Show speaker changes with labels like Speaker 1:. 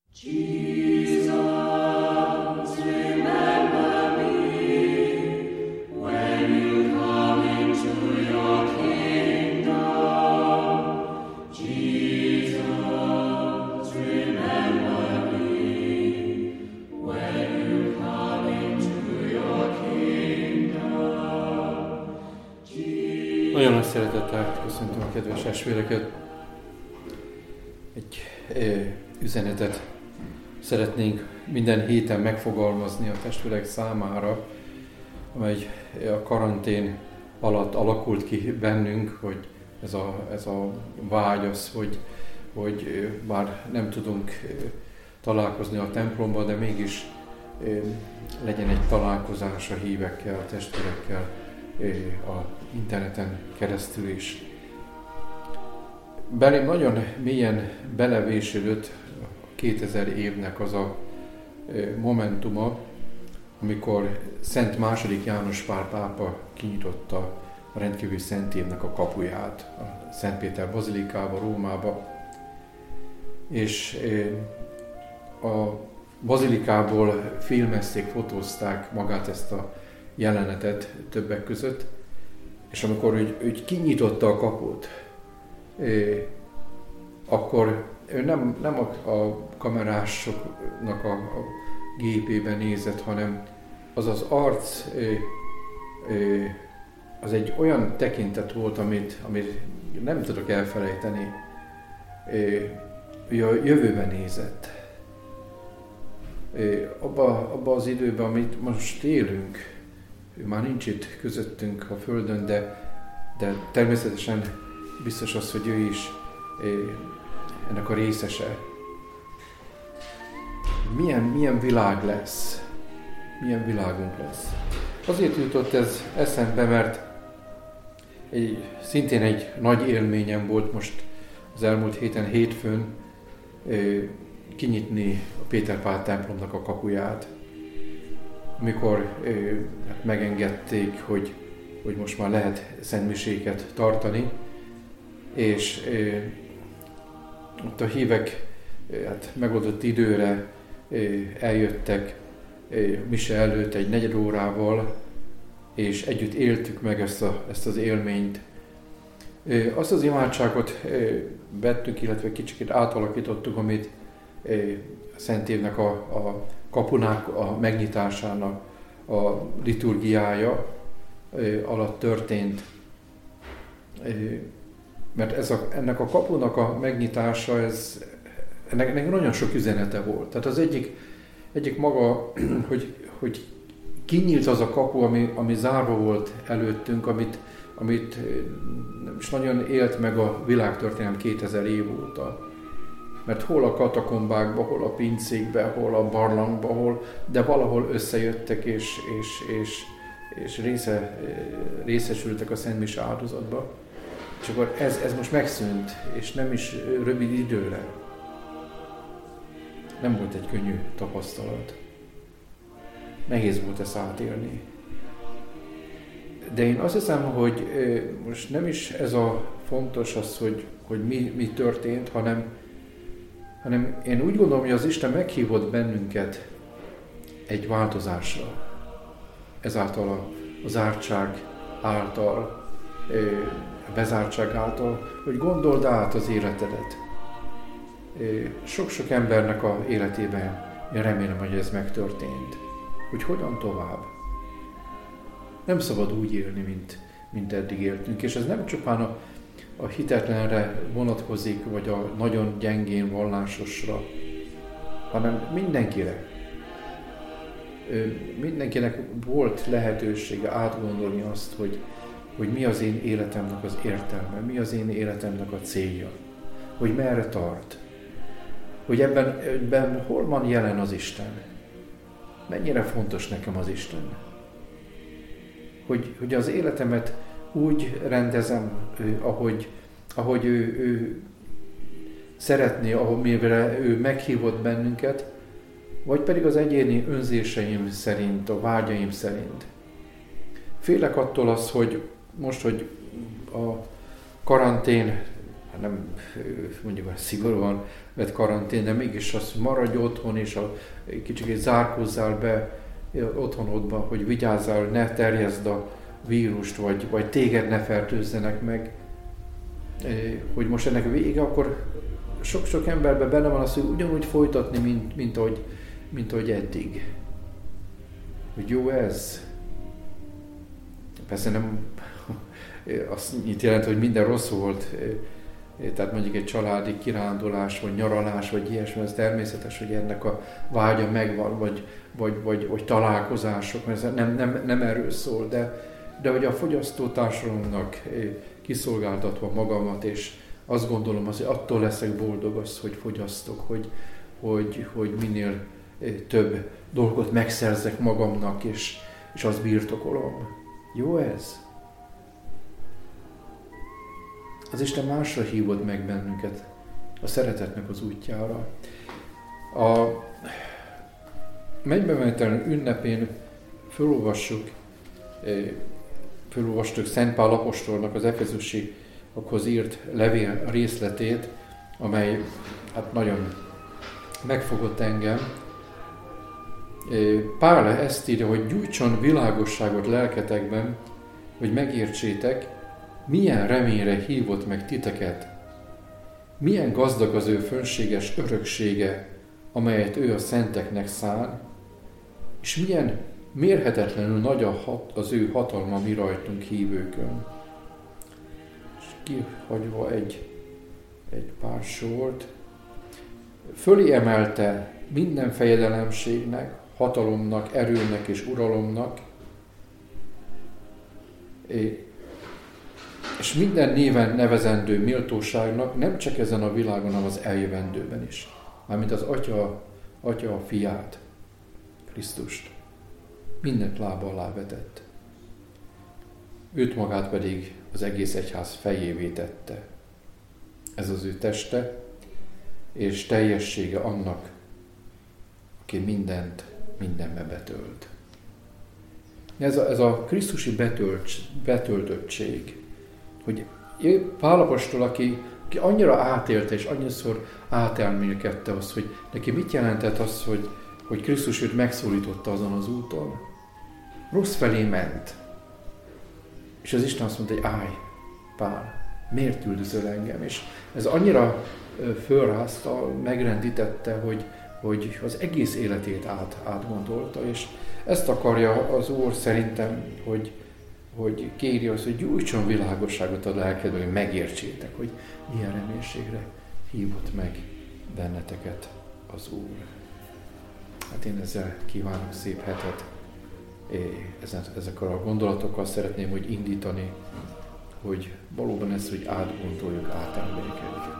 Speaker 1: Nagyon nagy szeretettel köszöntöm a kedves testvéreket. Egy üzenetet szeretnénk minden héten megfogalmazni a testvérek számára, amely a karantén alatt alakult ki bennünk, hogy ez a vágy az, hogy bár nem tudunk találkozni a templomban, de mégis legyen egy találkozás a hívekkel, a testvérekkel, a interneten keresztül is. Belém nagyon mélyen belevésődött a 2000 évnek az a momentuma, amikor Szent II. János Pál pápa kinyitotta a rendkívüli szent évnek a kapuját a Szent Péter bazilikába, Rómába, és a bazilikából filmezték, fotózták magát ezt a jelenetet többek között, és amikor ő kinyitotta a kaput, akkor ő nem a kamerásoknak a gépében nézett, hanem az az arc, az egy olyan tekintet volt, amit nem tudok elfelejteni. Ő a jövőben nézett. Abba az időben, amit most élünk, ő már nincs itt közöttünk a Földön, de természetesen biztos az, hogy ő is ennek a részese. Milyen világ lesz? Milyen világunk lesz? Azért jutott ez eszembe, mert szintén egy nagy élményem volt most az elmúlt hétfőn kinyitni a Péter Pál templomnak a kapuját, amikor megengedték, hogy most már lehet szentmiséket tartani, és ott a hívek megoldott időre eljöttek mise előtt egy negyed órával, és együtt éltük meg ezt az élményt. Azt az imádságot vettük, illetve kicsit átalakítottuk, amit a Szent Évnek a kapunák a megnyitásának a liturgiája alatt történt. Mert ennek a kapunak a megnyitása, ennek nagyon sok üzenete volt. Tehát az egyik maga, hogy kinyílt az a kapu, ami zárva volt előttünk, amit nem is nagyon élt meg a világtörténelem 2000 év óta. Mert hol a katakombákba, hol a pincékbe, hol a barlangba, de valahol összejöttek és részesültek a Szent Mise áldozatba. És akkor ez most megszűnt, és nem is rövid időre. Nem volt egy könnyű tapasztalat. Nehéz volt ezt átélni. De én azt hiszem, hogy most nem is ez a fontos az, hogy mi történt, hanem én úgy gondolom, hogy az Isten meghívott bennünket egy változásra. Ezáltal a zártság által, a bezártság által, hogy gondold át az életedet. Sok-sok embernek a életében én remélem, hogy ez megtörtént. Hogy hogyan tovább. Nem szabad úgy élni, mint eddig éltünk. És ez nem csupán a hitetlenre vonatkozik, vagy a nagyon gyengén vallásosra, hanem mindenkire. Mindenkinek volt lehetősége átgondolni azt, hogy mi az én életemnek az értelme, mi az én életemnek a célja, hogy merre tart, hogy ebben hol van jelen az Isten, mennyire fontos nekem az Isten, hogy az életemet úgy rendezem, ahogy ő szeretné, mivel ő meghívott bennünket, vagy pedig az egyéni önzéseim szerint, a vágyaim szerint. Félek attól az, hogy most, hogy a karantén nem mondjuk szigorúan vett karantén, de mégis az, hogy maradj otthon, és kicsit zárkózzál be otthonodba, hogy vigyázzál, ne terjeszd a vírust, vagy téged ne fertőzzenek meg, hogy most ennek vége, akkor sok-sok emberben benne van az, hogy ugyanúgy folytatni, mint ahogy eddig. Hogy jó ez? Persze nem azt jelent, hogy minden rossz volt, tehát mondjuk egy családi kirándulás, vagy nyaralás, vagy ilyesmi, ez természetes, hogy ennek a vágya megvan, vagy találkozások, mert ez nem erről szól, de hogy a fogyasztótársadalomnak kiszolgáltatva magamat, és azt gondolom, hogy attól leszek boldog az, hogy fogyasztok, hogy minél több dolgot megszerzek magamnak, és azt birtokolom. Jó ez? Az Isten másra hívott meg bennünket, a szeretetnek az útjára. A Mennybemenetel ünnepén felolvastuk Szent Pál apostolnak az Efezusiakhoz írt levél részletét, amely hát nagyon megfogott engem. Pál ezt írja, hogy gyújtson világosságot lelketekben, hogy megértsétek, milyen reményre hívott meg titeket, milyen gazdag az ő fönséges öröksége, amelyet ő a szenteknek szán, és milyen mérhetetlenül nagy az ő hatalma mi rajtunk hívőkön. És kihagyva egy pár sort, fölé emelte minden fejedelemségnek, hatalomnak, erőnek és uralomnak, és minden néven nevezendő méltóságnak, nem csak ezen a világon, hanem az eljövendőben is. Mármint az Atya a Fiát, Krisztust. Mindent lába alá vetett. Őt magát pedig az egész egyház fejévé tette. Ez az ő teste, és teljessége annak, aki mindent mindenbe betölt. Ez a krisztusi betöltöttség, hogy Pál apostol, aki annyira átélte és annyiszor átelmélkedte azt, hogy neki mit jelentett az, hogy Krisztus őt megszólította azon az úton. Rossz felé ment. És az Isten azt mondta, hogy állj, Pál, miért üldözöl engem? És ez annyira fölrázta, megrendítette, hogy az egész életét átgondolta, és ezt akarja az Úr szerintem, hogy kéri azt, hogy gyújtson világosságot a lelkedbe, hogy megértsétek, hogy milyen reménységre hívott meg benneteket az Úr. Hát én ezzel kívánok szép hetet. Ezekkel a gondolatokkal szeretném, hogy indítani, hogy valóban ezt, hogy átgondoljuk, átemelkedjük.